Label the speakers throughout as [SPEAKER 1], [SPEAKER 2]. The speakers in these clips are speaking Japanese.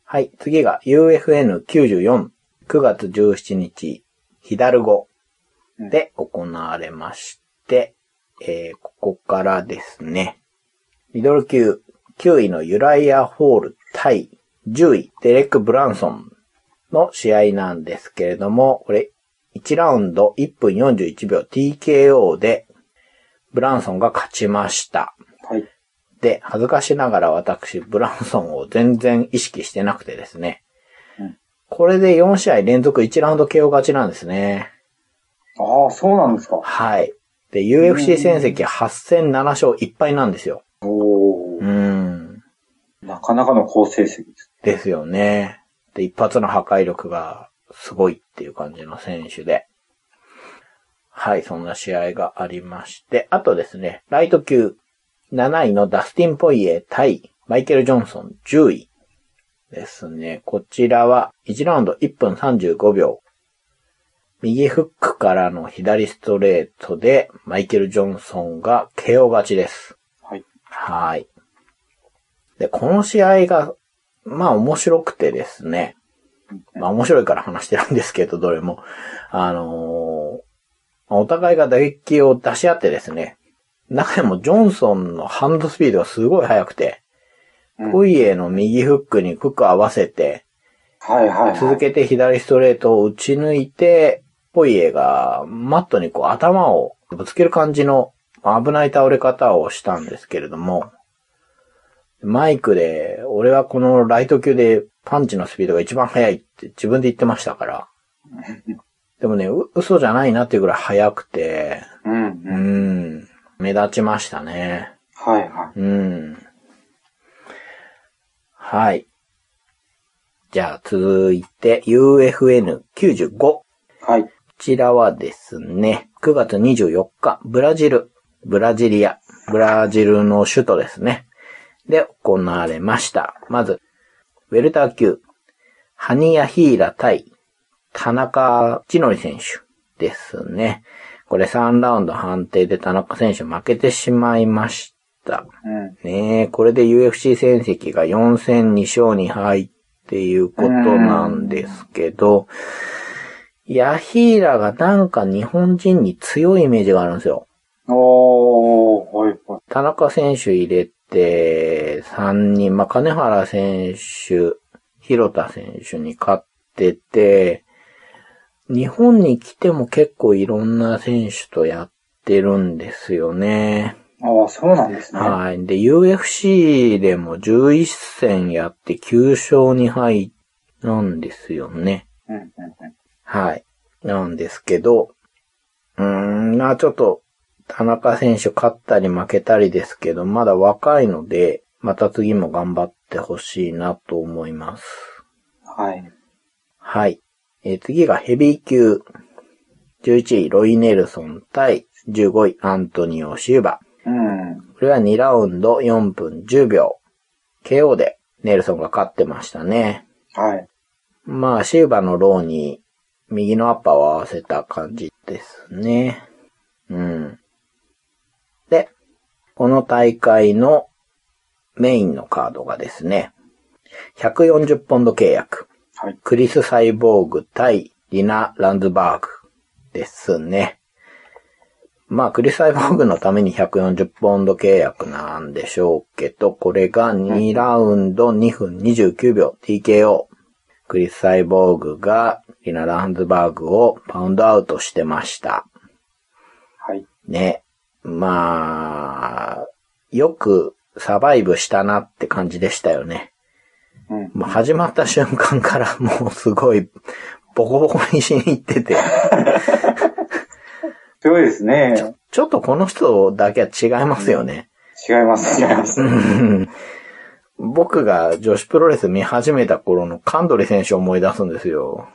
[SPEAKER 1] はい、次が UFN94、9月17日、ヒダルゴで行われまして、ここからですね、ミドル級9位のユライア・ホール対10位デレック・ブランソンの試合なんですけれども、これ1ラウンド1分41秒 TKO でブランソンが勝ちました。
[SPEAKER 2] はい。
[SPEAKER 1] で、恥ずかしながら私、ブランソンを全然意識してなくてですね。これで4試合連続1ラウンド KO 勝ちなんですね。
[SPEAKER 2] ああ、そうなんですか。
[SPEAKER 1] はい。で、UFC 戦績8戦7勝1敗なんですよ。
[SPEAKER 2] おー。なかなかの好成績です。
[SPEAKER 1] ですよね。で、一発の破壊力がすごいっていう感じの選手で。はい、そんな試合がありまして。あとですね、ライト級7位のダスティン・ポイエ対マイケル・ジョンソン10位ですね。こちらは1ラウンド1分35秒。右フックからの左ストレートでマイケル・ジョンソンが KO 勝ちです。
[SPEAKER 2] はい。
[SPEAKER 1] はい。で、この試合が、まあ面白くてですね。まあ面白いから話してるんですけど、どれも。お互いが打撃を出し合ってですね。中でもジョンソンのハンドスピードがすごい速くて、ポイエの右フックにフック合わせて、続けて左ストレートを打ち抜いて、ポイエがマットにこう頭をぶつける感じの危ない倒れ方をしたんですけれども、マイクで、俺はこのライト級でパンチのスピードが一番速いって自分で言ってましたから。でもね、嘘じゃないなっていうぐらい速くて、目立ちましたね。
[SPEAKER 2] はいはい。
[SPEAKER 1] はい。じゃあ続いて UFN95。
[SPEAKER 2] はい。
[SPEAKER 1] こちらはですね、9月24日、ブラジルの首都ですね。で行われました。まず、ウェルター級、ハニヤヒーラ対田中千典選手ですね。これ3ラウンド判定で田中選手負けてしまいました。ねえ、これで UFC 戦績が4戦2勝2敗っていうことなんですけど、ヤヒーラがなんか日本人に強いイメージがあるんですよ。田中選手入れて3人、金原選手、広田選手に勝ってて、日本に来ても結構いろんな選手とやってるんですよね。
[SPEAKER 2] ああ、そうなんですね。
[SPEAKER 1] はい。で、UFC でも11戦やって9勝2敗なんですよね。はい。なんですけど、ちょっと、田中選手勝ったり負けたりですけど、まだ若いので、また次も頑張ってほしいなと思います。
[SPEAKER 2] はい。
[SPEAKER 1] はい。次がヘビー級。11位、ロイ・ネルソン対15位、アントニオ・シューバ。これは2ラウンド4分10秒。KO でネルソンが勝ってましたね。
[SPEAKER 2] はい。
[SPEAKER 1] まあ、シューバのローに右のアッパーを合わせた感じですね。で、この大会のメインのカードがですね、140ポンド契約。
[SPEAKER 2] はい、
[SPEAKER 1] クリス・サイボーグ対リナ・ランズバーグですね。まあ、クリス・サイボーグのために140ポンド契約なんでしょうけど、これが2ラウンド2分29秒 TKO。クリス・サイボーグがリナ・ランズバーグをパウンドアウトしてました。
[SPEAKER 2] はい。
[SPEAKER 1] ね。まあ、よくサバイブしたなって感じでしたよね。もう始まった瞬間からもうすごいボコボコにしに行ってて。
[SPEAKER 2] すごいですね。
[SPEAKER 1] ちょっとこの人だけは違いますよね。
[SPEAKER 2] 違います。
[SPEAKER 1] 僕が女子プロレス見始めた頃のカンドリ選手を思い出すんですよ。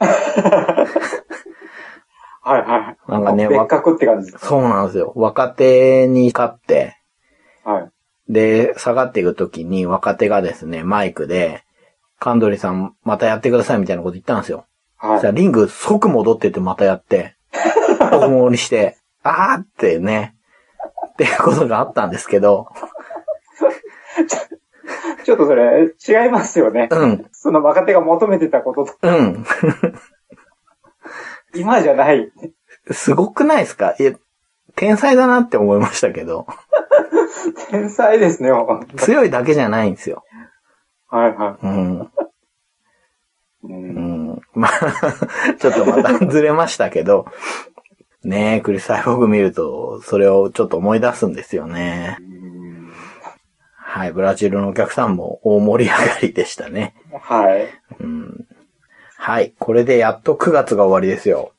[SPEAKER 2] はいはい。
[SPEAKER 1] なんかね、
[SPEAKER 2] 別格って感じです。
[SPEAKER 1] そうなんですよ。若手に勝って、
[SPEAKER 2] はい。
[SPEAKER 1] で、下がっていくときに若手がですね、マイクで、カンドリさんまたやってくださいみたいなこと言ったんですよ。はい。そしたらリング即戻ってってまたやって、大盛りして、あーってね、っていうことがあったんですけど。
[SPEAKER 2] ちょっとそれ、違いますよね。うん。その若手が求めてたことと。うん。今じゃない。
[SPEAKER 1] すごくないですか？いや、天才だなって思いましたけど。
[SPEAKER 2] 天才ですね、
[SPEAKER 1] 強いだけじゃないんですよ。
[SPEAKER 2] はいはい。
[SPEAKER 1] まあ、ちょっとまたずれましたけど、ねえ、クリス・サイボーグ見ると、それをちょっと思い出すんですよね。はい、ブラジルのお客さんも大盛り上がりでしたね。
[SPEAKER 2] はい。
[SPEAKER 1] はい、これでやっと9月が終わりですよ。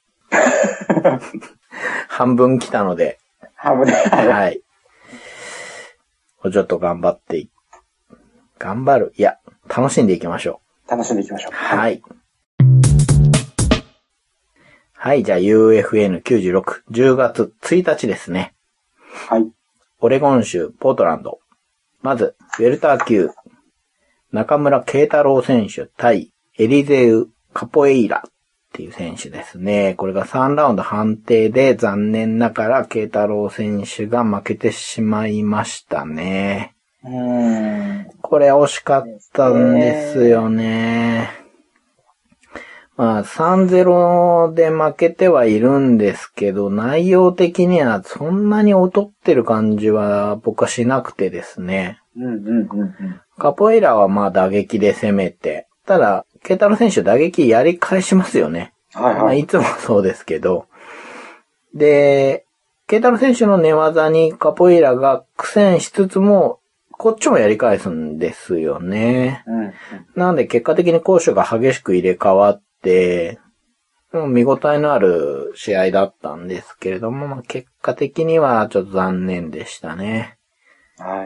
[SPEAKER 1] 半分来たので。
[SPEAKER 2] 半分で。
[SPEAKER 1] はい。ちょっと頑張る。いや、楽しんでいきましょ
[SPEAKER 2] う。楽しんでいきましょう。
[SPEAKER 1] はい。はい、じゃあ UFN96、10月1日ですね。
[SPEAKER 2] はい。
[SPEAKER 1] オレゴン州ポートランド。まず、ウェルター級、中村慶太郎選手対エリゼウ・カポエイラっていう選手ですね。これが3ラウンド判定で残念ながら慶太郎選手が負けてしまいましたね。これ惜しかったんですよね。まあ 3-0 で負けてはいるんですけど、内容的にはそんなに劣ってる感じは僕はしなくてですね。カポエイラはまあ打撃で攻めて、ただ、慶太郎選手打撃やり返しますよね。
[SPEAKER 2] はいはい。
[SPEAKER 1] まあ、いつもそうですけど。で、慶太郎選手の寝技にカポエイラが苦戦しつつも、こっちもやり返すんですよね。なんで結果的に攻守が激しく入れ替わって、見応えのある試合だったんですけれども、まあ、結果的にはちょっと残念でしたね。
[SPEAKER 2] はい。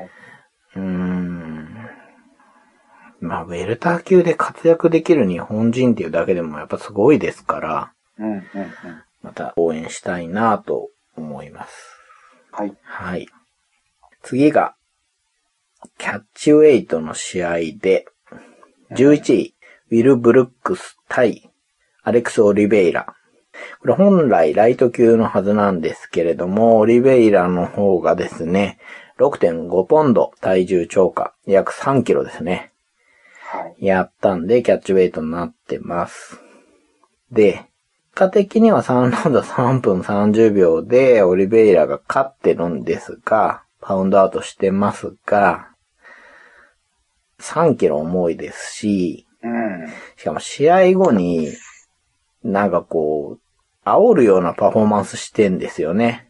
[SPEAKER 1] まあ、ウェルター級で活躍できる日本人っていうだけでもやっぱすごいですから、また応援したいなと思います。
[SPEAKER 2] はい。
[SPEAKER 1] はい。次が、キャッチウェイトの試合で、11位、ウィル・ブルックス対アレクス・オリベイラ。これ本来ライト級のはずなんですけれども、オリベイラの方がですね、6.5 ポンド体重超過、約3キロですね。
[SPEAKER 2] はい。
[SPEAKER 1] やったんで、キャッチウェイトになってます。で、結果的には3ラウンド3分30秒でオリベイラが勝ってるんですが、パウンドアウトしてますが、3キロ重いですし、しかも試合後に、なんかこう、煽るようなパフォーマンスしてんですよね。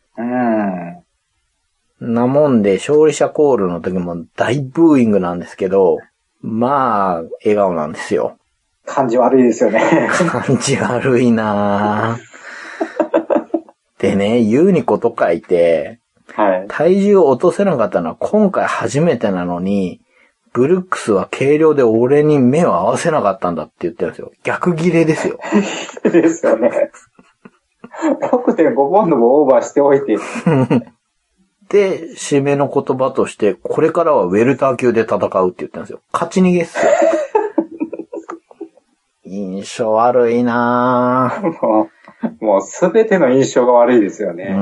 [SPEAKER 1] なもんで、勝利者コールの時も大ブーイングなんですけど、まあ、笑顔なんですよ。
[SPEAKER 2] 感じ悪いですよね。
[SPEAKER 1] 感じ悪いなぁ。でね、ユーニコと書いて、
[SPEAKER 2] はい、
[SPEAKER 1] 体重を落とせなかったのは今回初めてなのに、ブルックスは軽量で俺に目を合わせなかったんだって言ってるんですよ。逆ギレですよ。
[SPEAKER 2] ですよね。6.5 ポンドもオーバーしておいて。
[SPEAKER 1] で、締めの言葉として、これからはウェルター級で戦うって言ってるんですよ。勝ち逃げっすよ。印象悪いな
[SPEAKER 2] ぁ。もうすべての印象が悪いですよね。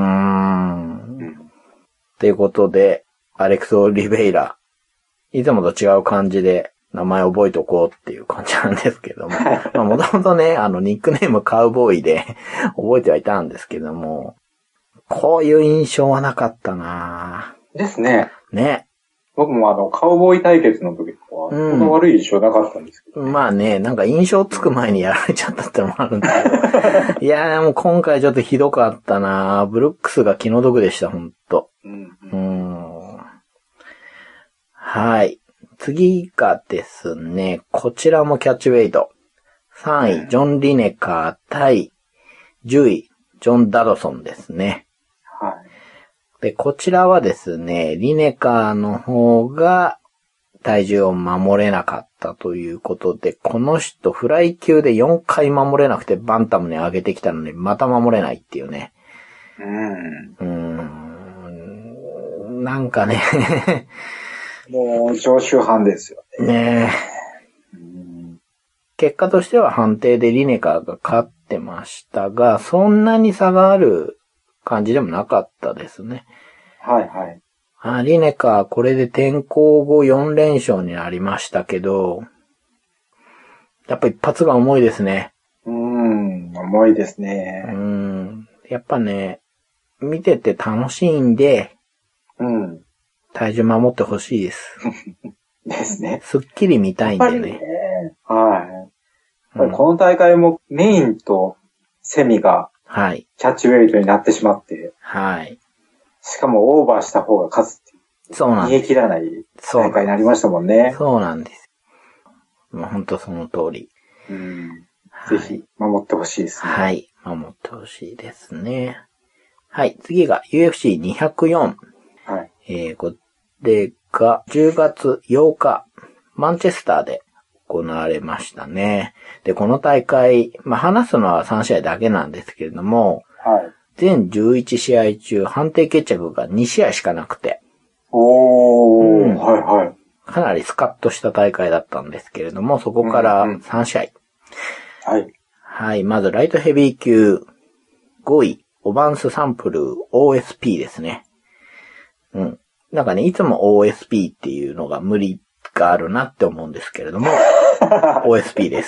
[SPEAKER 1] っていうことで、アレクソ・リベイラ、いつもと違う感じで名前覚えておこうっていう感じなんですけども。まあもともとね、ニックネームカウボーイで覚えてはいたんですけども、こういう印象はなかったな
[SPEAKER 2] ですね。
[SPEAKER 1] ね。
[SPEAKER 2] 僕もカウボーイ対決の時とかは、そんな悪い印象なかったんですけど、ね
[SPEAKER 1] まあね、なんか印象つく前にやられちゃったってのもあるんだけど。いやーもう今回ちょっとひどかったなブルックスが気の毒でした、ほんと。はい。次がですね、こちらもキャッチウェイト。3位、ジョン・リネカー対10位、ジョン・ダドソンですね。
[SPEAKER 2] はい。
[SPEAKER 1] で、こちらはですね、リネカーの方が体重を守れなかったということで、この人フライ級で4回守れなくてバンタムに上げてきたのにまた守れないっていうね。なんかね
[SPEAKER 2] もう常習犯ですよ
[SPEAKER 1] ね。ねえ。結果としては判定でリネカーが勝ってましたが、そんなに差がある感じでもなかったですね。
[SPEAKER 2] はいはい。
[SPEAKER 1] リネカこれで転向後4連勝になりましたけど、やっぱ一発が重いですね。
[SPEAKER 2] 重いですね。
[SPEAKER 1] やっぱね、見てて楽しいんで、体重守ってほしいです。
[SPEAKER 2] ですね。
[SPEAKER 1] すっきり見たいんでね。
[SPEAKER 2] はい。この大会もメインとセミが、キャッチウェイトになってしまって、しかもオーバーした方が勝つっていう。
[SPEAKER 1] そうなんです。
[SPEAKER 2] 逃げ切らない大会になりましたもんね。
[SPEAKER 1] そうなんです。もう本当その通り。
[SPEAKER 2] ぜひ守ってほしいですね。
[SPEAKER 1] はい。守ってほしいですね。はい。次が UFC204。
[SPEAKER 2] はい。
[SPEAKER 1] これが10月8日、マンチェスターで行われましたね。で、この大会、話すのは3試合だけなんですけれども、全11試合中判定決着が2試合しかなくて。かなりスカッとした大会だったんですけれども、そこから3試合。はい。まず、ライトヘビー級5位、オバンスサンプル OSP ですね。なんかね、いつも OSP っていうのが無理があるなって思うんですけれども、OSP です。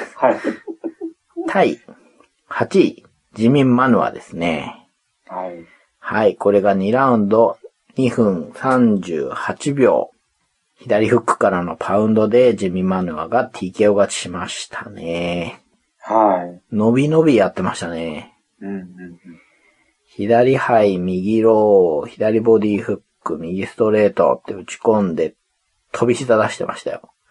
[SPEAKER 1] 対8位、ジミン・マヌアですね。はい。これが2ラウンド2分38秒。左フックからのパウンドでジミン・マヌアが TKO 勝ちしましたね。伸び伸びやってましたね。左ハイ、右ロー、左ボディフック、右ストレートって打ち込んで飛び膝出してましたよ。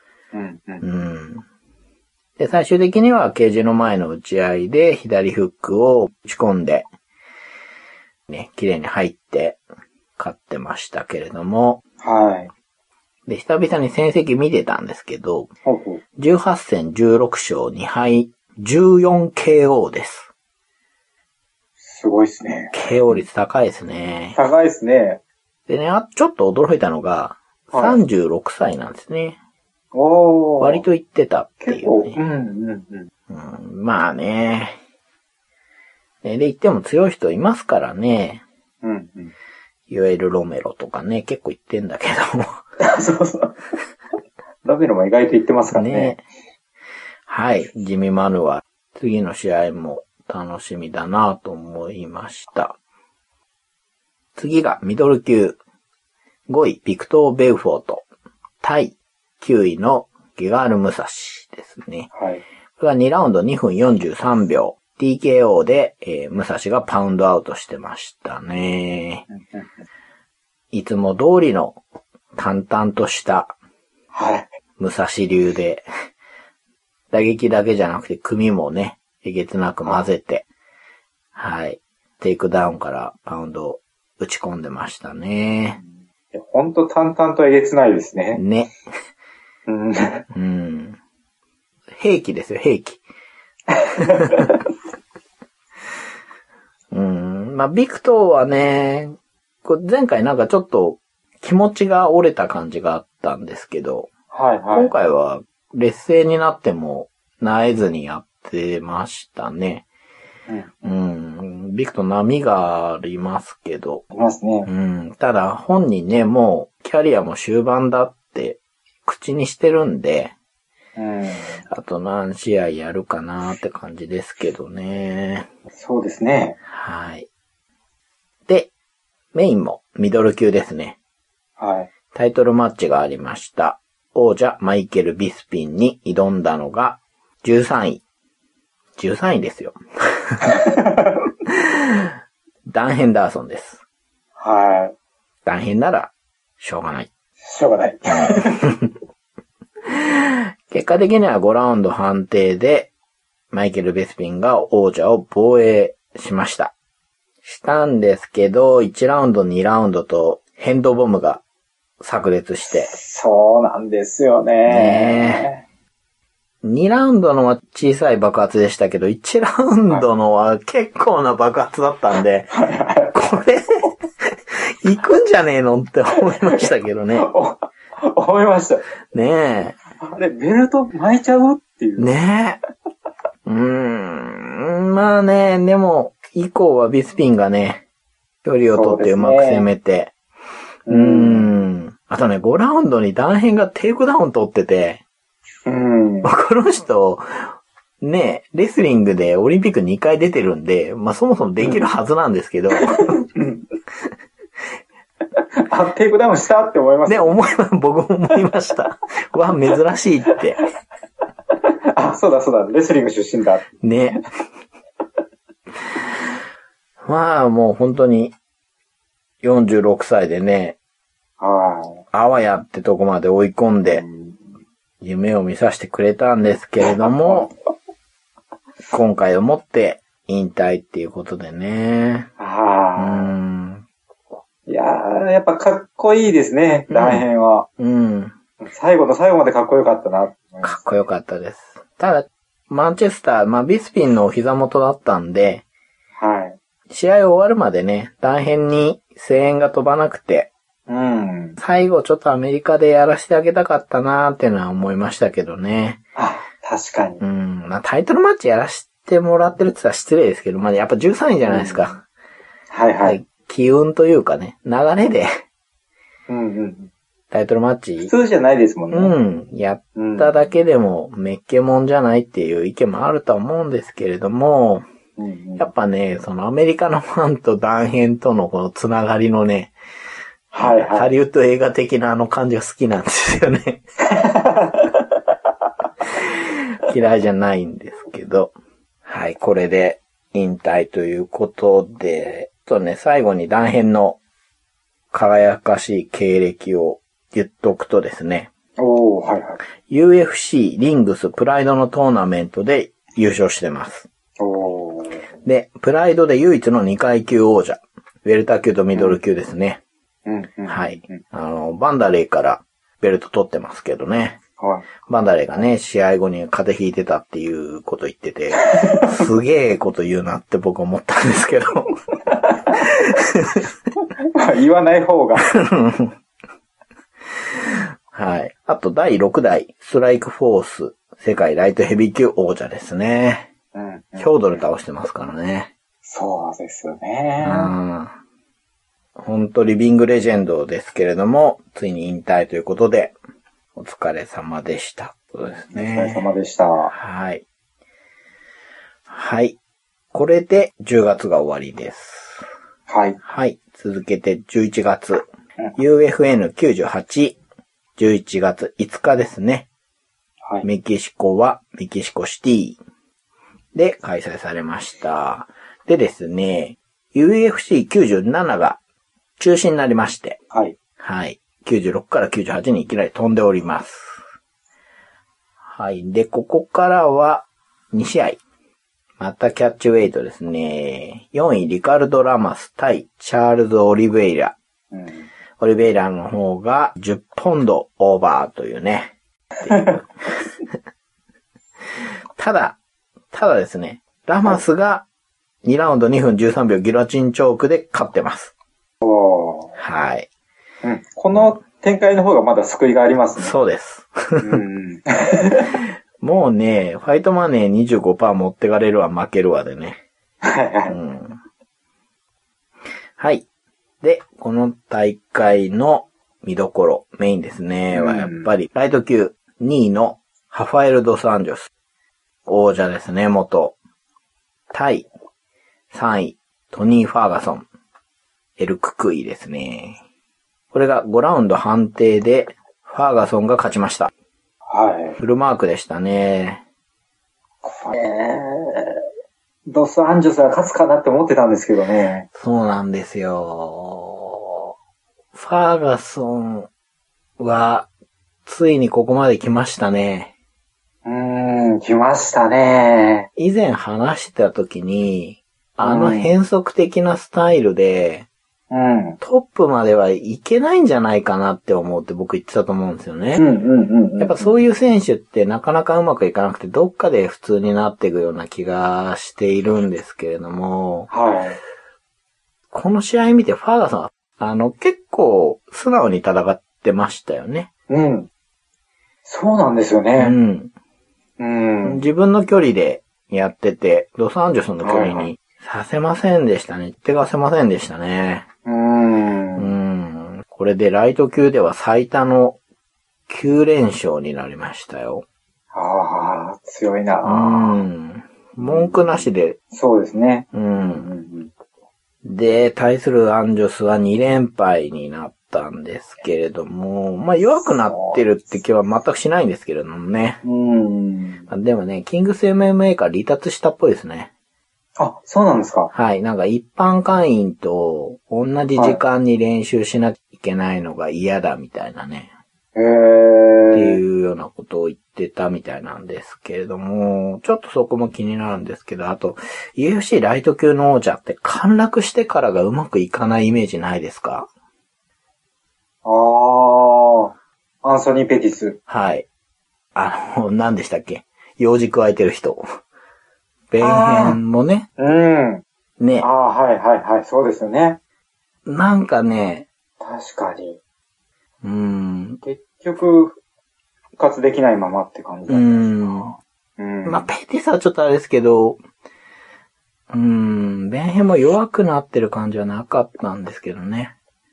[SPEAKER 1] で、最終的にはケージの前の打ち合いで左フックを打ち込んで、ね、綺麗に入って勝ってましたけれども、で、久々に戦績見てたんですけど、18戦16勝2敗、14KO です。
[SPEAKER 2] すごいですね。
[SPEAKER 1] KO 率高いですね。
[SPEAKER 2] 高いですね。
[SPEAKER 1] でね、ちょっと驚いたのが、36歳なんですね。割と言ってたっていうね。まあね。で、言っても強い人いますからね。いわゆるロメロとかね、結構言ってんだけども。
[SPEAKER 2] そうそう。ロメロも意外と言ってますからね。
[SPEAKER 1] はい。ジミ・マヌア。次の試合も楽しみだなと思いました。次がミドル級。5位、ビクトー・ベウフォート。対9位のゲガール・ムサシですね。これが2ラウンド2分43秒。TKO で、ムサシがパウンドアウトしてましたね。いつも通りの淡々としたムサシ流で、打撃だけじゃなくて組もね、えげつなく混ぜて、テイクダウンからパウンドを打ち込んでましたね。
[SPEAKER 2] ほんと淡々とえげつないですね。
[SPEAKER 1] ね。兵器ですよ、兵器。ビクトーはね、前回なんかちょっと気持ちが折れた感じがあったんですけど、今回は劣勢になっても萎えずにやってましたね。ビクトー波がありますけど。
[SPEAKER 2] ありますね。
[SPEAKER 1] ただ本人ね、もうキャリアも終盤だって口にしてるんで、あと何試合やるかなって感じですけどね。
[SPEAKER 2] そうですね。
[SPEAKER 1] で、メインもミドル級ですね。タイトルマッチがありました。王者マイケル・ビスピンに挑んだのが13位。13位ですよ。ダン・ヘンダーソンです。ダン・ヘンならしょうがない。
[SPEAKER 2] しょうがない。
[SPEAKER 1] 結果的には5ラウンド判定でマイケル・ビスピンが王者を防衛しました。したんですけど、1ラウンド、2ラウンドとヘンドボムが炸裂して。
[SPEAKER 2] そうなんですよね。
[SPEAKER 1] 2ラウンドのは小さい爆発でしたけど、1ラウンドのは結構な爆発だったんで、これ、行くんじゃねえのって思いましたけどね。
[SPEAKER 2] 思いました。
[SPEAKER 1] ねえ。
[SPEAKER 2] あれ、ベルト巻いちゃうっていう。
[SPEAKER 1] ねえ。まあね、でも、以降はビスピンがね、距離を取ってうまく攻めて、 あとね、5ラウンドにダンヘンがテイクダウン取ってて、この人、ね、レスリングでオリンピック2回出てるんで、まあそもそもできるはずなんですけど。
[SPEAKER 2] あ、テイクダウンしたって思います
[SPEAKER 1] ね、僕も思いました。わ、珍しいって。
[SPEAKER 2] あ、そうだ、レスリング出身だ。
[SPEAKER 1] ね。まあもう本当に、46歳でね、あわやってとこまで追い込んで、夢を見させてくれたんですけれども、今回をもって引退っていうことでね。
[SPEAKER 2] いやー、やっぱかっこいいですね、ダンヘンは。最後の最後までかっこよかったな。
[SPEAKER 1] かっこよかったです。ただ、マンチェスター、まあビスピンのお膝元だったんで、試合終わるまでね、ダンヘンに声援が飛ばなくて、最後ちょっとアメリカでやらせてあげたかったなーってのは思いましたけどね。
[SPEAKER 2] 確かに。
[SPEAKER 1] まあタイトルマッチやらせてもらってるって言ったら失礼ですけど、まあやっぱ13位じゃないですか。機運というかね、流れで、タイトルマッチ。
[SPEAKER 2] 普通じゃないですもん
[SPEAKER 1] ね。やっただけでもめっけもんじゃないっていう意見もあると思うんですけれども、やっぱね、そのアメリカのファンとダンヘンとのこのつながりのね、ハリウッド映画的な感じが好きなんですよね。嫌いじゃないんですけど。はい、これで引退ということで、最後にダンヘンの輝かしい経歴を言っとくとですね。UFC リングスプライドのトーナメントで優勝してます。で、プライドで唯一の2階級王者。ウェルター級とミドル級ですね。はい。バンダレーからベルト取ってますけどね。バンダレーがね、試合後に風邪ひいてたっていうこと言ってて、すげえこと言うなって僕思ったんですけど。
[SPEAKER 2] 言わない方が。
[SPEAKER 1] はい。あと第6代ストライクフォース世界ライトヘビー級王者ですね。ヒョードル倒してますからね。
[SPEAKER 2] そうですね。
[SPEAKER 1] 本当リビングレジェンドですけれども、ついに引退ということで、お疲れ様でした。そうですね。
[SPEAKER 2] お疲れ様でした。
[SPEAKER 1] はい。はい。これで10月が終わりです。はい。続けて11月。UFN98、11月5日ですね。メキシコはメキシコシティで開催されました。でですね、UFC97 が中止になりまして。96から98にいきなり飛んでおります。はい。で、ここからは2試合。またキャッチウェイトですね。4位リカルド・ラマス対チャールズ・オリベイラ。オリベイラの方が10ポンドオーバーというね。ただですね、ラマスが2ラウンド2分13秒ギロチンチョークで勝ってます。はい。
[SPEAKER 2] この展開の方がまだ救いがありますね。
[SPEAKER 1] そうです。もうね、ファイトマネー 25% 持ってかれるわ負けるわでね。はい。で、この大会の見どころ、メインですね、はやっぱり、ライト級2位のハファエル・ドス・アンジョス。王者ですね、元。対3位、トニー・ファーガソン。エル・ククイですね。これが5ラウンド判定で、ファーガソンが勝ちました。フルマークでしたね。
[SPEAKER 2] ドス・アンジョスが勝つかなって思ってたんですけどね。
[SPEAKER 1] そうなんですよ。ファーガソンは、ついにここまで来ましたね。
[SPEAKER 2] 来ましたね。
[SPEAKER 1] 以前話してた時に、変則的なスタイルで、トップまではいけないんじゃないかなって思って僕言ってたと思うんですよね。やっぱそういう選手ってなかなかうまくいかなくてどっかで普通になっていくような気がしているんですけれども、この試合見てファーガソン結構素直に戦ってましたよね。
[SPEAKER 2] そうなんですよね。
[SPEAKER 1] 自分の距離でやってて、ロサンゼルスの距離にさせませんでしたね。手がせませんでしたね。 これでライト級では最多の9連勝になりましたよ。
[SPEAKER 2] ああ、強いな。
[SPEAKER 1] 文句なしで。
[SPEAKER 2] そうですね。
[SPEAKER 1] で、対するアンジョスは2連敗になったんですけれども、まあ弱くなってるって気は全くしないんですけれどもね。でもね、キングス MMA から離脱したっぽいですね。
[SPEAKER 2] あ、そうなんですか。
[SPEAKER 1] はい。なんか一般会員と同じ時間に練習しなきゃいけないのが嫌だみたいなね。っていうようなことを言ってたみたいなんですけれども、ちょっとそこも気になるんですけど、あと、UFC ライト級の王者って陥落してからがうまくいかないイメージないですか？
[SPEAKER 2] アンソニー・ペティス。
[SPEAKER 1] はい。何でしたっけ？幼児加えてる人。ベンヘンもね。ね。
[SPEAKER 2] はい、そうですよね。
[SPEAKER 1] なんかね。
[SPEAKER 2] 確かに。結局、復活できないままって感じなんですか。
[SPEAKER 1] まあ、ペティスはちょっとあれですけど、ベンヘンも弱くなってる感じはなかったんですけどね。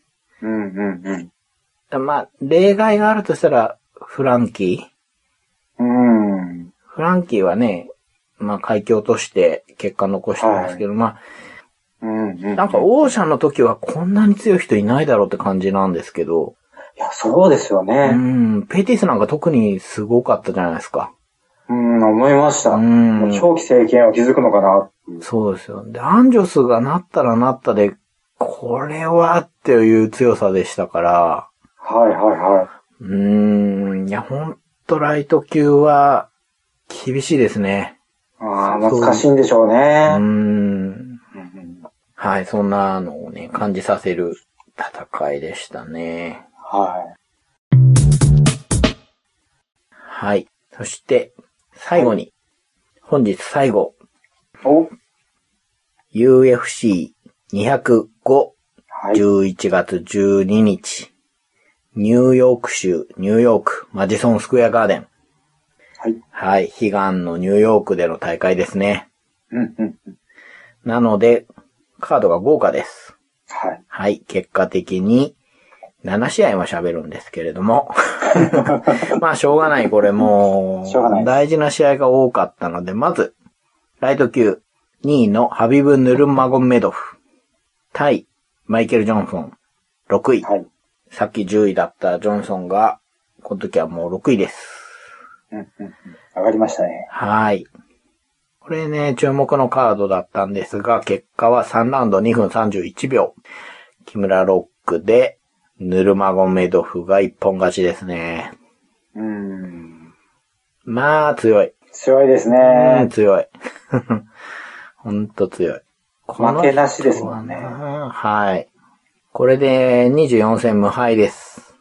[SPEAKER 1] まあ、例外があるとしたら、フランキー。フランキーはね、まあ、階級落として結果残してますけど、まあ、なんか王者の時はこんなに強い人いないだろうって感じなんですけど。
[SPEAKER 2] いや、そうですよね。
[SPEAKER 1] ペティスなんか特にすごかったじゃないですか。
[SPEAKER 2] 思いました。長期政権を築くのかな。
[SPEAKER 1] そうですよ。で、アンジョスがなったらなったで、これはっていう強さでしたから。いや、ほんとライト級は厳しいですね。
[SPEAKER 2] 難しいんでしょうね。
[SPEAKER 1] はい、そんなのをね、感じさせる戦いでしたね。はい。そして、最後に、本日最後。UFC205、11月12日。ニューヨーク州、ニューヨーク、マジソンスクエアガーデン。はい。悲願のニューヨークでの大会ですね。なので、カードが豪華です。はい。結果的に、7試合も喋るんですけれども。まあ、しょうがない。これもう、大事な試合が多かったので、まず、ライト級2位のハビブ・ヌルマゴメドフ。対、マイケル・ジョンソン、6位。さっき10位だったジョンソンが、この時はもう6位です。
[SPEAKER 2] 上がりましたね。
[SPEAKER 1] はい。これね、注目のカードだったんですが、結果は3ラウンド2分31秒。木村ロックで、ヌルマゴメドフが一本勝ちですね。まあ、強い。
[SPEAKER 2] 強いですね。
[SPEAKER 1] 強い。ほんと強い。
[SPEAKER 2] 負けなしですもんね。
[SPEAKER 1] はい。これで24戦無敗です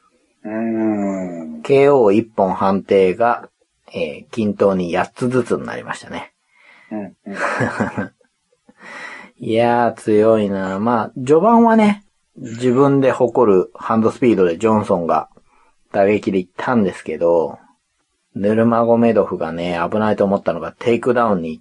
[SPEAKER 1] 。KO1 本判定が、均等に8つずつになりましたね。いやー、強いな。まあ、序盤はね、自分で誇るハンドスピードでジョンソンが打撃でいったんですけど、ヌルマゴメドフがね、危ないと思ったのがテイクダウンに行って、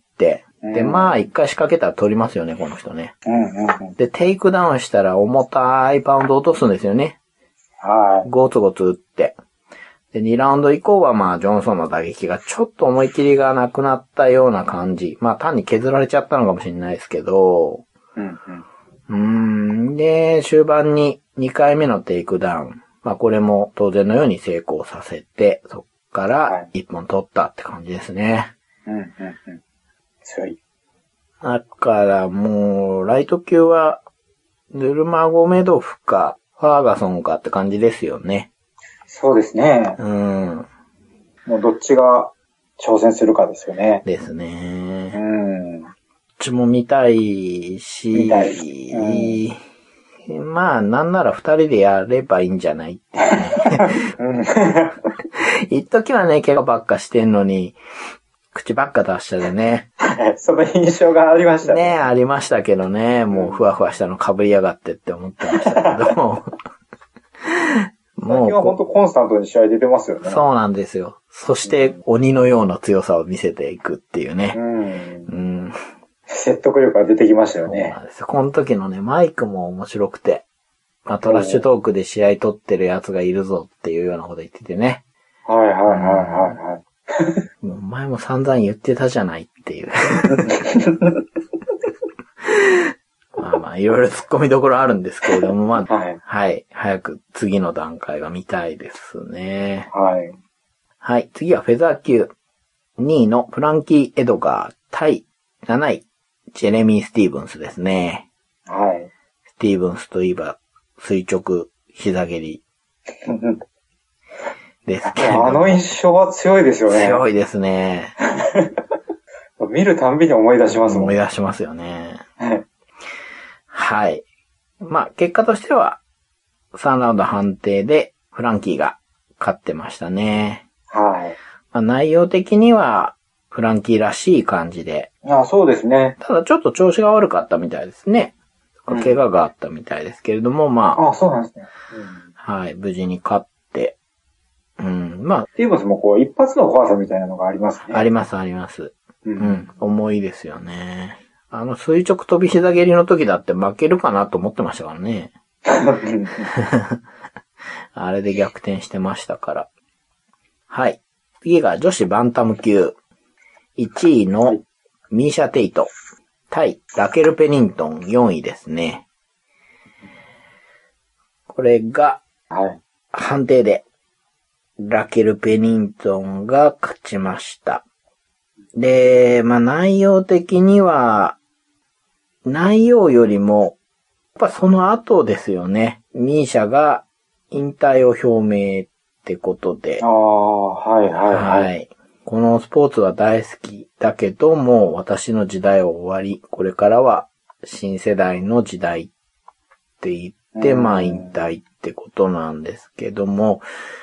[SPEAKER 1] で、まあ一回仕掛けたら取りますよね、この人ね。で、テイクダウンしたら重たいパウンド落とすんですよね。ゴツゴツ打って。で、2ラウンド以降はまあジョンソンの打撃がちょっと思い切りがなくなったような感じ。まあ単に削られちゃったのかもしれないですけど、で、終盤に2回目のテイクダウン。まあこれも当然のように成功させて、そっから1本取ったって感じですね。
[SPEAKER 2] 強い。
[SPEAKER 1] だからもう、ライト級は、ヌルマゴメドフか、ファーガソンかって感じですよね。
[SPEAKER 2] そうですね。もうどっちが挑戦するかですよね。
[SPEAKER 1] ですね。どっちも見たいし、まあ、なんなら2人でやればいいんじゃないっていうね。一時はね、怪我ばっかしてんのに、口ばっか出したでね。
[SPEAKER 2] その印象がありましたね。
[SPEAKER 1] ありましたけどね。もうふわふわしたの被りやがってって思ってましたけど。
[SPEAKER 2] 最近は本当コンスタントに試合出てますよね。
[SPEAKER 1] そうなんですよ。そして鬼のような強さを見せていくっていうね。
[SPEAKER 2] 説得力が出てきましたよね。
[SPEAKER 1] そうなんですよ。この時のね、マイクも面白くて。 まあ、トラッシュトークで試合取ってるやつがいるぞっていうようなこと言っててね。
[SPEAKER 2] はいはいはいはい。
[SPEAKER 1] お前も散々言ってたじゃないっていう。まあまあ、いろいろ突っ込みどころあるんですけれども、まあ、はい。はい。早く次の段階が見たいですね。
[SPEAKER 2] はい。
[SPEAKER 1] はい。次はフェザー級。2位のフランキー・エドガー対7位、ジェレミー・スティーブンスですね。
[SPEAKER 2] はい。
[SPEAKER 1] スティーブンスといえば、垂直、膝蹴り。ですけど。
[SPEAKER 2] あの印象は強いですよね。
[SPEAKER 1] 強いですね。
[SPEAKER 2] 見るたんびに思い出しますもん。
[SPEAKER 1] 思い出しますよね。はい。まあ、結果としては、3ラウンド判定でフランキーが勝ってましたね。
[SPEAKER 2] はい。
[SPEAKER 1] まあ、内容的には、フランキーらしい感じで。
[SPEAKER 2] あ、そうですね。
[SPEAKER 1] ただちょっと調子が悪かったみたいですね。怪我があったみたいですけれども、ま
[SPEAKER 2] あ。あ、そうなんですね。
[SPEAKER 1] はい、無事に勝って、まあ。
[SPEAKER 2] スティーブンスもこう、一発の怖さみたいなのがありますね。
[SPEAKER 1] あります、あります。重いですよね。垂直飛び膝蹴りの時だって負けるかなと思ってましたからね。あれで逆転してましたから。はい。次が女子バンタム級。1位のミーシャ・テイト対ラケル・ペニントン4位ですね。これが判定でラケル・ペニントンが勝ちました。で、まあ内容的には、内容よりも、やっぱその後ですよね。ミーシャが引退を表明ってことで。
[SPEAKER 2] ああ、はいはいはい。はい。
[SPEAKER 1] このスポーツは大好きだけども、私の時代は終わり、これからは新世代の時代って言って、まあ引退ってことなんですけども、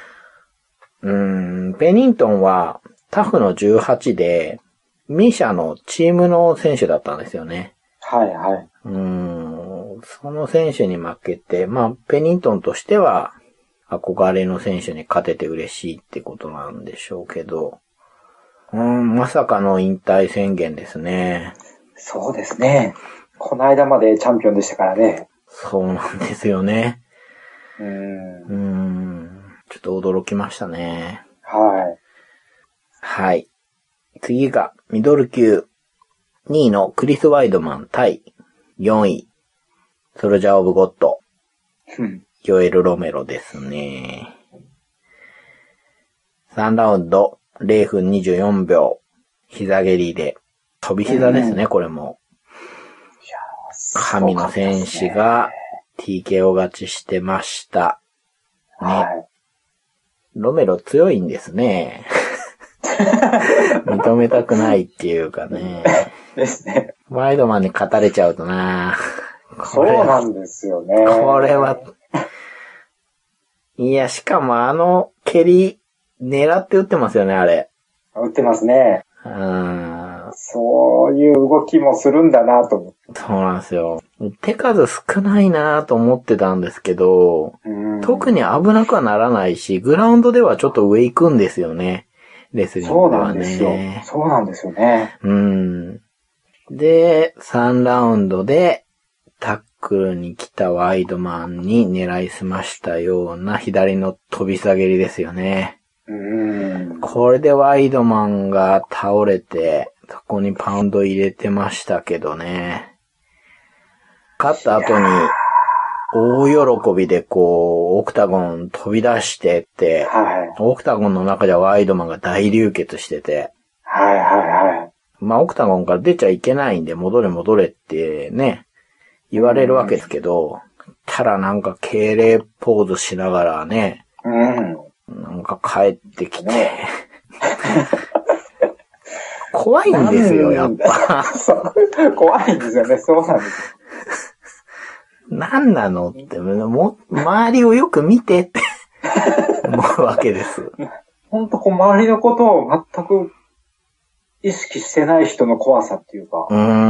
[SPEAKER 1] ペニントンはタフの18で、ミーシャのチームの選手だったんですよね。
[SPEAKER 2] はいはい。
[SPEAKER 1] その選手に負けて、まあ、ペニントンとしては、憧れの選手に勝てて嬉しいってことなんでしょうけど、まさかの引退宣言ですね。
[SPEAKER 2] そうですね。この間までチャンピオンでしたからね。
[SPEAKER 1] そうなんですよね。ちょっと驚きましたね。
[SPEAKER 2] はい。
[SPEAKER 1] はい。次が、ミドル級。2位のクリス・ワイドマン対4位、ソルジャー・オブ・ゴッド。ヨエル・ロメロですね。3ラウンド、0分24秒。膝蹴りで。飛び膝ですね、これも。神の戦士が TKO 勝ちしてました。ね。はい、ロメロ強いんですね。認めたくないっていうかね。
[SPEAKER 2] ですね。
[SPEAKER 1] ワイドマンに勝たれちゃうとな。
[SPEAKER 2] そうなんですよね。
[SPEAKER 1] これは。いや、しかも蹴り、狙って打ってますよね、あれ。
[SPEAKER 2] 打ってますね。そういう動きもするんだなと思って。
[SPEAKER 1] そうなんですよ。手数少ないなと思ってたんですけど、特に危なくはならないし、グラウンドではちょっと上行くんですよね。レスリングはね。
[SPEAKER 2] そうなんですよね。
[SPEAKER 1] で、3ラウンドでタックルに来たワイドマンに狙いすましたような左の飛び下げりですよね。これでワイドマンが倒れて、そこにパウンド入れてましたけどね。勝った後に、大喜びでオクタゴン飛び出してって、オクタゴンの中ではワイドマンが大流血してて、まあ、オクタゴンから出ちゃいけないんで、戻れってね、言われるわけですけど、ただなんか敬礼ポーズしながらね、なんか帰ってきて、怖いんですよ、やっぱ。
[SPEAKER 2] 怖いんですよね、そうなんです。
[SPEAKER 1] 何なのって、周りをよく見てって思うわけです。
[SPEAKER 2] ほんと周りのことを全く意識してない人の怖さっていうか。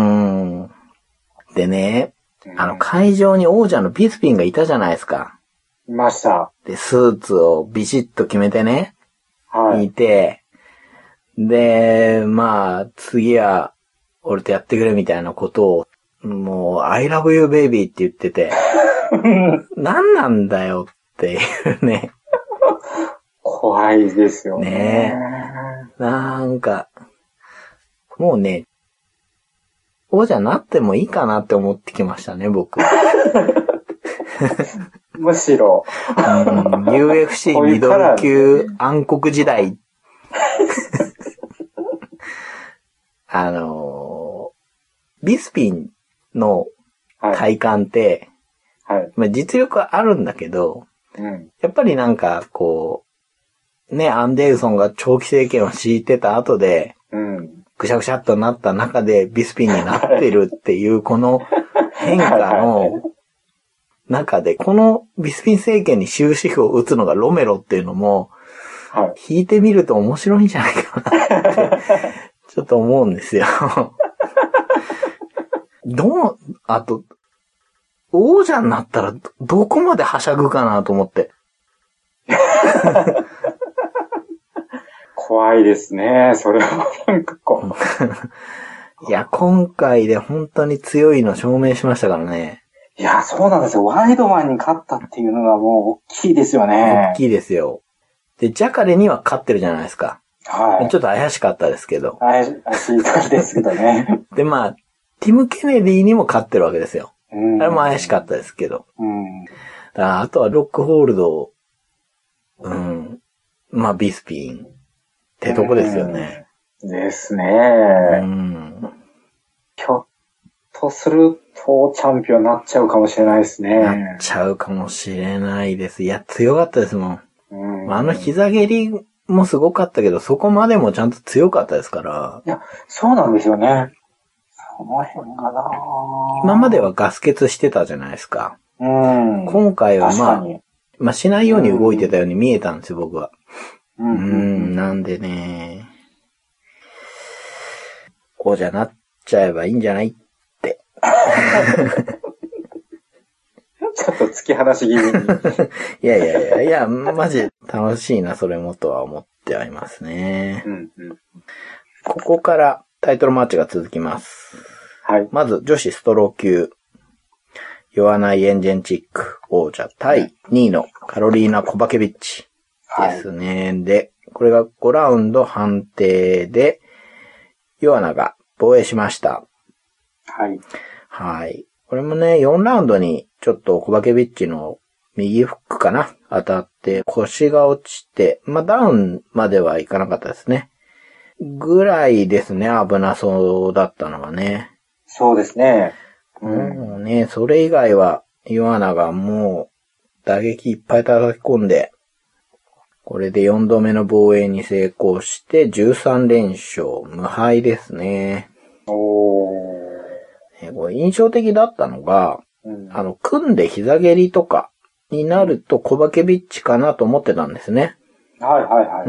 [SPEAKER 1] でね、会場に王者のビスピンがいたじゃないですか。
[SPEAKER 2] いました。
[SPEAKER 1] で、スーツをビシッと決めてね。いて、で、まあ、次は、俺とやってくれみたいなことをもう、I love you baby って言ってて、何なんだよっていうね。
[SPEAKER 2] 怖いですよね。
[SPEAKER 1] ねえ。なんか、もうね、王者なってもいいかなって思ってきましたね、僕。
[SPEAKER 2] むしろ。
[SPEAKER 1] UFC ミドル級暗黒時代。ビスピンの体感って、はいまあ、実力はあるんだけど、やっぱりなんかこう、ね、アンデルソンが長期政権を敷いてた後で、ぐしゃぐしゃっとなった中でビスピンになってるっていう、この変化の中で、このビスピン政権に終止符を打つのがロメロっていうのも、引いてみると面白いんじゃないかなって、ちょっと思うんですよ。あと、王者になったらどこまではしゃぐかなと思って。
[SPEAKER 2] 怖いですね。それはなんかこ
[SPEAKER 1] う。いや、今回で本当に強いの証明しましたからね。
[SPEAKER 2] いや、そうなんですよ。ワイドマンに勝ったっていうのがもう大きいですよね。
[SPEAKER 1] 大きいですよ。で、ジャカレには勝ってるじゃないですか。
[SPEAKER 2] はい。
[SPEAKER 1] ちょっと怪しかったですけど。
[SPEAKER 2] 怪しい時ですけどね。
[SPEAKER 1] で、まあ、ティム・ケネディにも勝ってるわけですよ。あれも怪しかったですけど。あとはロックホールド、まあ、ビスピンってとこですよね。
[SPEAKER 2] ですね。ひょっとするとチャンピオンになっちゃうかもしれないですね。
[SPEAKER 1] なっちゃうかもしれないです。いや、強かったですもん。あの膝蹴りもすごかったけど、そこまでもちゃんと強かったですから。
[SPEAKER 2] いや、そうなんですよね。その辺がな
[SPEAKER 1] 今まではガス欠してたじゃないですか。今回はまあしないように動いてたように見えたんですよ、僕は。なんでね、こうじゃなっちゃえばいいんじゃないって。
[SPEAKER 2] ちょっと突き放し気味に。
[SPEAKER 1] いや、マジ楽しいな、それもとは思ってはいますね。ここからタイトルマッチが続きます。はい。まず、女子ストロー級。ヨアナ・イエンジェンチック王者対2位のカロリーナ・コバケビッチですね。はい、で、これが5ラウンド判定で、ヨアナが防衛しました。はい。はい。これもね、4ラウンドにちょっとコバケビッチの右フックかな当たって腰が落ちて、まあ、ダウンまではいかなかったですね。ぐらいですね、危なそうだったのはね。
[SPEAKER 2] そうですね。
[SPEAKER 1] もうね、それ以外は、ヨアナがもう、打撃いっぱい叩き込んで、これで4度目の防衛に成功して、13連勝、無敗ですね。これ印象的だったのが、組んで膝蹴りとかになるとコバケビッチかなと思ってたんですね。
[SPEAKER 2] はいはいはい。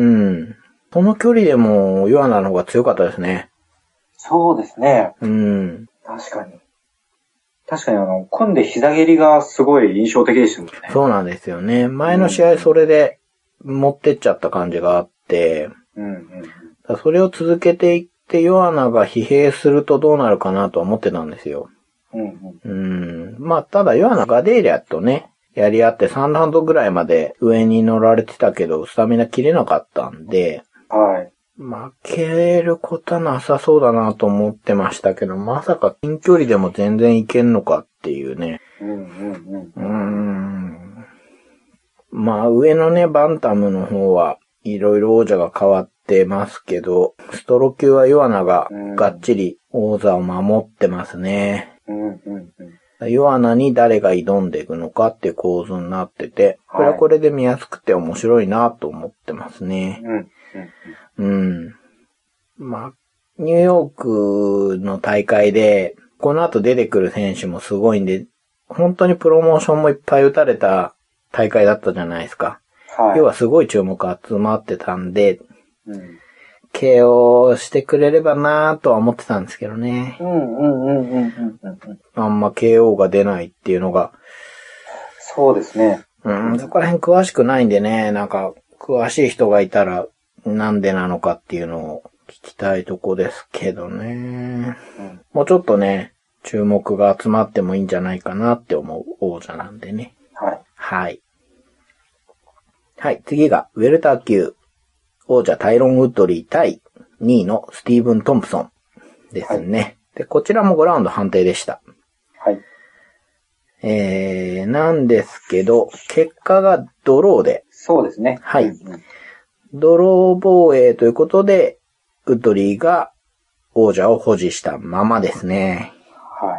[SPEAKER 1] その距離でも、ヨアナの方が強かったですね。
[SPEAKER 2] そうですね。確かに。組んで膝蹴りがすごい印象的でしたもんね。
[SPEAKER 1] そうなんですよね。前の試合それで持ってっちゃった感じがあって、それを続けていって、ヨアナが疲弊するとどうなるかなとは思ってたんですよ。まあ、ただヨアナガデーリャとね、やり合って3ラウンドぐらいまで上に乗られてたけど、スタミナ切れなかったんで、はい。負けることはなさそうだなと思ってましたけど、まさか近距離でも全然いけんのかっていうね。まあ上のね、バンタムの方はいろいろ王者が変わってますけど、ストロ級はヨアナががっちり王座を守ってますね。ヨアナに誰が挑んでいくのかっていう構図になってて、これはこれで見やすくて面白いなと思ってますね。まあ、ニューヨークの大会で、この後出てくる選手もすごいんで、本当にプロモーションもいっぱい打たれた大会だったじゃないですか。要はすごい注目集まってたんで、KO してくれればなぁとは思ってたんですけどね。あんま KO が出ないっていうのが。
[SPEAKER 2] そうですね。
[SPEAKER 1] そこら辺詳しくないんでね、なんか詳しい人がいたらなんでなのかっていうのを聞きたいとこですけどね。もうちょっとね、 注目が集まってもいいんじゃないかなって思う王者なんでね。
[SPEAKER 2] はい。
[SPEAKER 1] はい。はい、次が、ウェルター級、王者タイロン・ウッドリー対2位のスティーブン・トンプソンですね。はい、で、こちらも5ラウンド判定でした。
[SPEAKER 2] はい。
[SPEAKER 1] なんですけど、結果がドローで。
[SPEAKER 2] そうですね。
[SPEAKER 1] はい。ドロー防衛ということで、ウッドリーが王者を保持したままですね。
[SPEAKER 2] はい。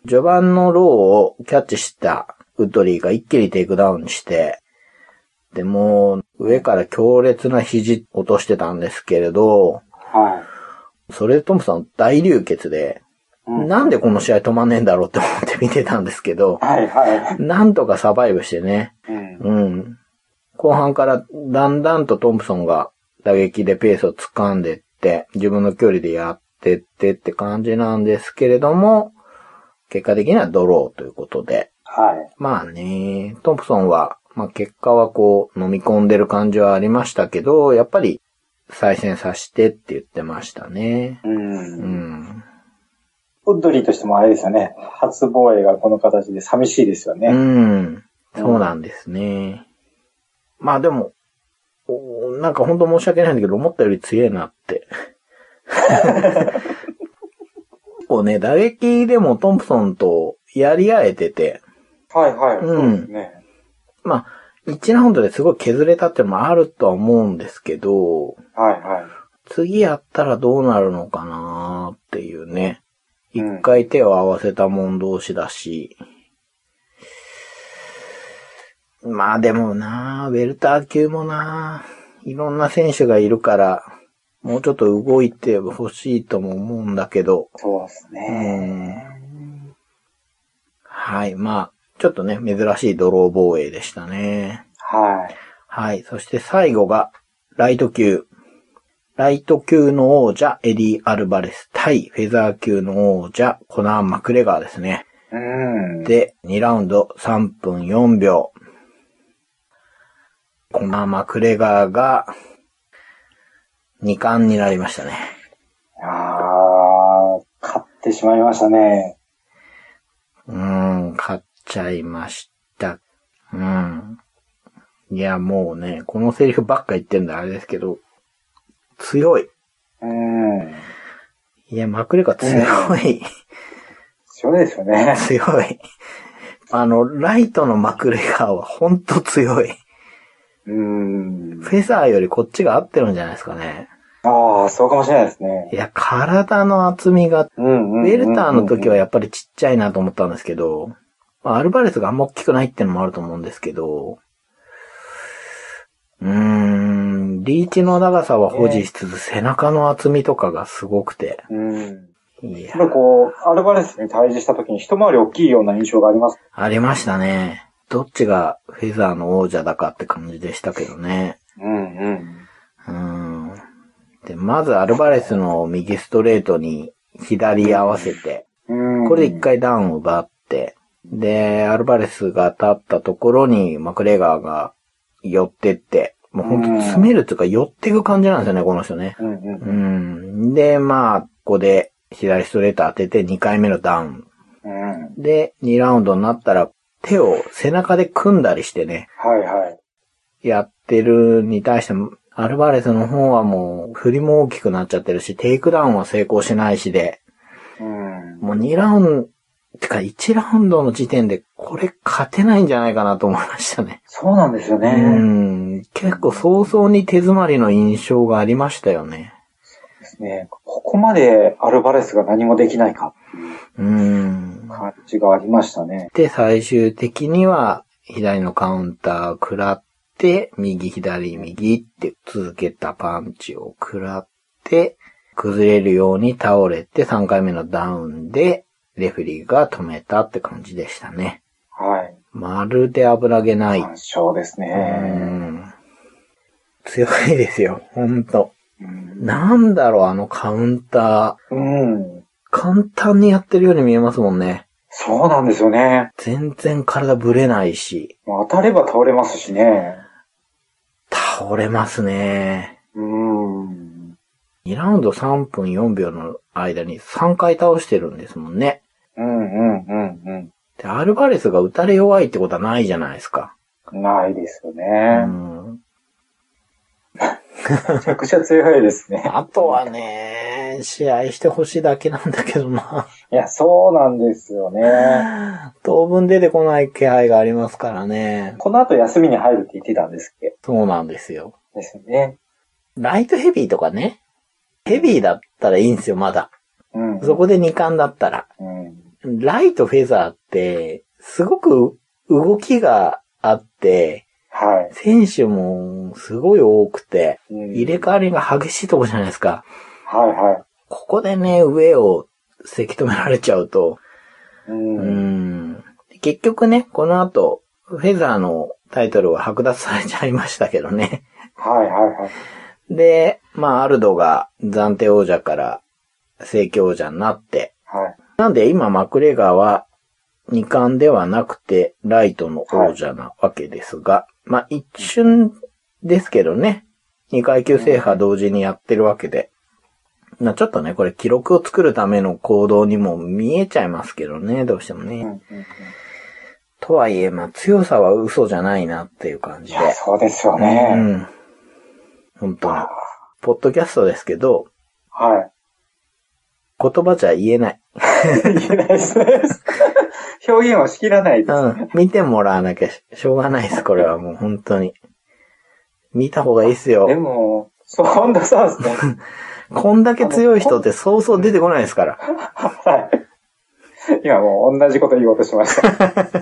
[SPEAKER 1] 序盤のローをキャッチしたウッドリーが一気にテイクダウンして、でも上から強烈な肘落としてたんですけれど、
[SPEAKER 2] はい。
[SPEAKER 1] それでトンプソン大流血で、なんでこの試合止まんねえんだろうって思って見てたんですけど、
[SPEAKER 2] はいはい。
[SPEAKER 1] なんとかサバイブしてね、後半からだんだんとトンプソンが打撃でペースを掴んでって、自分の距離でやってってって感じなんですけれども、結果的にはドローということで。
[SPEAKER 2] はい。
[SPEAKER 1] まあね、トンプソンは、結果はこう飲み込んでる感じはありましたけど、やっぱり再戦させてって言ってましたね。
[SPEAKER 2] ウッドリーとしてもあれですよね。初防衛がこの形で寂しいですよね。
[SPEAKER 1] そうなんですね。まあでも、なんか本当申し訳ないんだけど、思ったより強えなって。こうね、打撃でもトンプソンとやり合えてて。
[SPEAKER 2] はいはい。そうですね。
[SPEAKER 1] まあ、1ラウンドですごい削れたっていうのもあるとは思うんですけど。
[SPEAKER 2] はいはい。
[SPEAKER 1] 次やったらどうなるのかなーっていうね。一回手を合わせたもん同士だし。まあでもな、ウェルター級もな、いろんな選手がいるから、もうちょっと動いてほしいとも思うんだけど。
[SPEAKER 2] そうですね。
[SPEAKER 1] はい、まあ、ちょっとね、珍しいドロー防衛でしたね。
[SPEAKER 2] はい。
[SPEAKER 1] はい、そして最後が、ライト級。ライト級の王者、エディ・アルバレス対フェザー級の王者、コナー・マクレガーですね。で、2ラウンド3分4秒。コナー・マクレガーが、2冠になりましたね。
[SPEAKER 2] 勝ってしまいましたね。
[SPEAKER 1] 勝っちゃいました。いや、もうね、このセリフばっか言ってんだあれですけど、強い。いや、マクレガー強い。
[SPEAKER 2] 強いですよね。
[SPEAKER 1] 強い。ライトのマクレガーはほんと強い。フェザーよりこっちが合ってるんじゃないですかね。
[SPEAKER 2] ああ、そうかもしれないですね。
[SPEAKER 1] いや、体の厚みが、ウェルターの時はやっぱりちっちゃいなと思ったんですけど、アルバレスがあんま大きくないってのもあると思うんですけど、リーチの長さは保持しつつ、背中の厚みとかがすごくて。
[SPEAKER 2] やっぱりこう、アルバレスに対峙した時に一回り大きいような印象があります。
[SPEAKER 1] ありましたね。どっちがフェザーの王者だかって感じでしたけどね。で、まずアルバレスの右ストレートに左合わせて、これで一回ダウンを奪って、で、アルバレスが立ったところにマクレガーが寄ってって、もうほんと詰めるっていうか寄っていく感じなんですよね、この人ね。で、まあ、ここで左ストレート当てて2回目のダウン。で、2ラウンドになったら手を背中で組んだりしてね。やってるに対しても、アルバレスの方はもう振りも大きくなっちゃってるし、テイクダウンは成功しないしで、もう2ラウンド、てか1ラウンドの時点でこれ勝てないんじゃないかなと思いましたね。
[SPEAKER 2] そうなんですよね。
[SPEAKER 1] 結構早々に手詰まりの印象がありましたよね。
[SPEAKER 2] そうですね。ここまでアルバレスが何もできないかっていう感じがありましたね。
[SPEAKER 1] で、最終的には左のカウンターを食らって、右左右って続けたパンチを食らって、崩れるように倒れて3回目のダウンで、レフェリーが止めたって感じでしたね。まるで危げない。
[SPEAKER 2] 完勝ですね。
[SPEAKER 1] 強いですよ、ほんと。なんだろう、あのカウンター。簡単にやってるように見えますもんね。
[SPEAKER 2] そうなんですよね。
[SPEAKER 1] 全然体ぶれないし。
[SPEAKER 2] 当たれば倒れますしね。
[SPEAKER 1] 倒れますね。2ラウンド3分4秒の間に3回倒してるんですもんね。 で、アルバレスが打たれ弱いってことはないじゃないですか。
[SPEAKER 2] ないですよね。めちゃくちゃ強いですね。
[SPEAKER 1] あとはね、試合してほしいだけなんだけどな。
[SPEAKER 2] いや、そうなんですよね。
[SPEAKER 1] 当分出てこない気配がありますからね。
[SPEAKER 2] この後休みに入るって言ってたんですっけ？
[SPEAKER 1] そうなんですよ。
[SPEAKER 2] ですね。
[SPEAKER 1] ライトヘビーとかね。ヘビーだったらいいんですよ、まだ。そこで2冠だったら。ライトフェザーって、すごく動きがあって、選手もすごい多くて、入れ替わりが激しいとこじゃないですか。ここでね、上をせき止められちゃうと、結局ね、この後、フェザーのタイトルは剥奪されちゃいましたけどね。で、アルドが暫定王者から正規王者になって、なんで今マクレガーは2冠ではなくてライトの王者なわけですが、一瞬ですけどね、2階級制覇同時にやってるわけで、ちょっとね、これ記録を作るための行動にも見えちゃいますけどね、どうしてもね。とはいえ、強さは嘘じゃないなっていう感じで。
[SPEAKER 2] そうですよね。
[SPEAKER 1] 本当に。ポッドキャストですけど、言葉じゃ言えない。
[SPEAKER 2] 言えないですね。表現はしきらないです。
[SPEAKER 1] 見てもらわなきゃしょうがないです、これはもう本当に。見た方がいいっすよ。
[SPEAKER 2] でも、ほんとそうですね。
[SPEAKER 1] こんだけ強い人ってそうそう出てこないですから。
[SPEAKER 2] 今もう同じこと言おうとしました。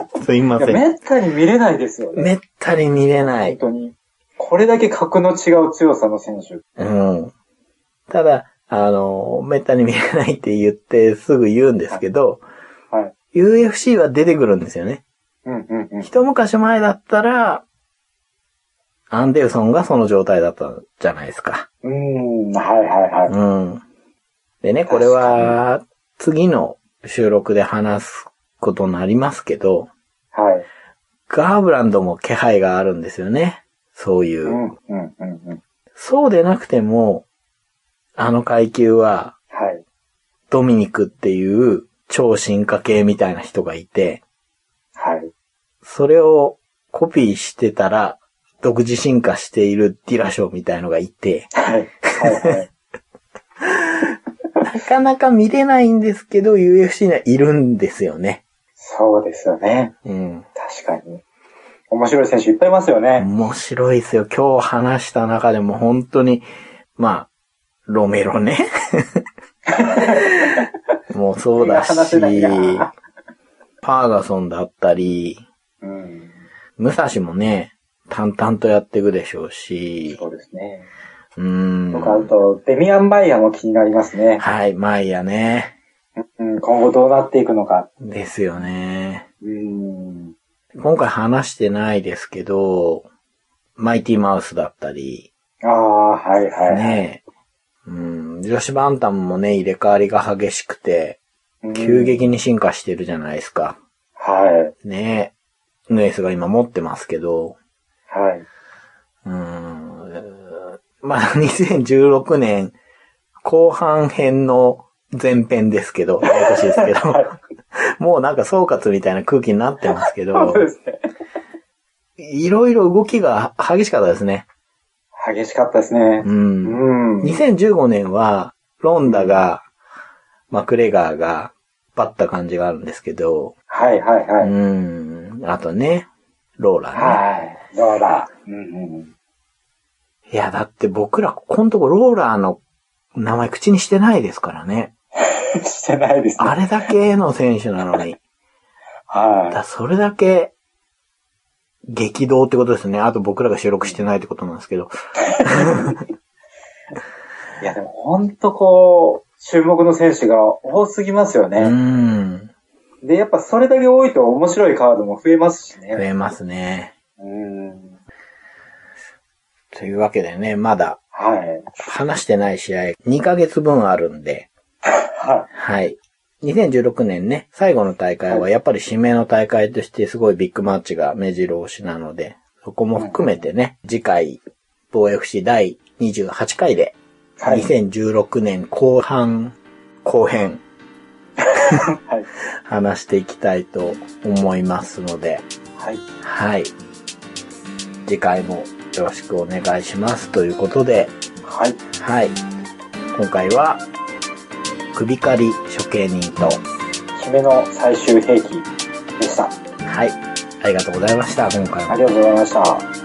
[SPEAKER 1] すいません。
[SPEAKER 2] めったに見れないですよね。
[SPEAKER 1] めったに見れない。
[SPEAKER 2] 本当に。これだけ格の違う強さの選手。
[SPEAKER 1] ただ、めったに見れないって言ってすぐ言うんですけど、UFC は出てくるんですよね。一昔前だったら、アンデルソンがその状態だったじゃないですか。でね、これは、次の収録で話すことになりますけど、ガーブランドも気配があるんですよね。そういう。そうでなくても、あの階級は、ドミニクっていう超進化系みたいな人がいて、それをコピーしてたら、独自進化しているディラショーみたいのがいて、なかなか見れないんですけど、UFC にはいるんですよね。
[SPEAKER 2] そうですよね。確かに。面白い選手いっぱいいますよね。
[SPEAKER 1] 面白いですよ。今日話した中でも本当に、ロメロね。もうそうだし、パーガソンだったり、武蔵もね、淡々とやっていくでしょうし。
[SPEAKER 2] そうですね。僕あと、デミアン・マイヤーも気になりますね。
[SPEAKER 1] マイヤーね。
[SPEAKER 2] 今後どうなっていくのか。
[SPEAKER 1] ですよね。今回話してないですけど、マイティマウスだったり。ねえ。女子バンタムもね、入れ替わりが激しくて、急激に進化してるじゃないですか。ねえ。ヌエスが今持ってますけど。2016年後半編の前編ですけど、ややこしいですけど、もうなんか総括みたいな空気になってますけど、いろいろ動きが激しかったですね。
[SPEAKER 2] 激しかったですね。
[SPEAKER 1] 2015年は、ロンダが、マクレガーが、バッた感じがあるんですけど、あとね、ローラね。
[SPEAKER 2] ローラ。
[SPEAKER 1] いや、だって僕ら、ここのとこローラーの名前口にしてないですからね。
[SPEAKER 2] してないですね。
[SPEAKER 1] あれだけの選手なのに。それだけ、激動ってことですね。あと僕らが収録してないってことなんですけど。
[SPEAKER 2] いや、でも本当注目の選手が多すぎますよね。で、やっぱそれだけ多いと面白いカードも増えますしね。
[SPEAKER 1] 増えますね。というわけでね、まだ、話してない試合2ヶ月分あるんで、2016年ね、最後の大会はやっぱり指名の大会としてすごいビッグマッチが目白押しなので、そこも含めてね、次回、防 FC 第28回で、2016年後半後編はい、話していきたいと思いますので、
[SPEAKER 2] はい。
[SPEAKER 1] はい。次回もよろしくお願いしますということで、
[SPEAKER 2] はい。
[SPEAKER 1] はい。今回は、首狩り処刑人と、
[SPEAKER 2] 姫の最終兵器でした。
[SPEAKER 1] はい。ありがとうございました、今回も。
[SPEAKER 2] ありがとうございました。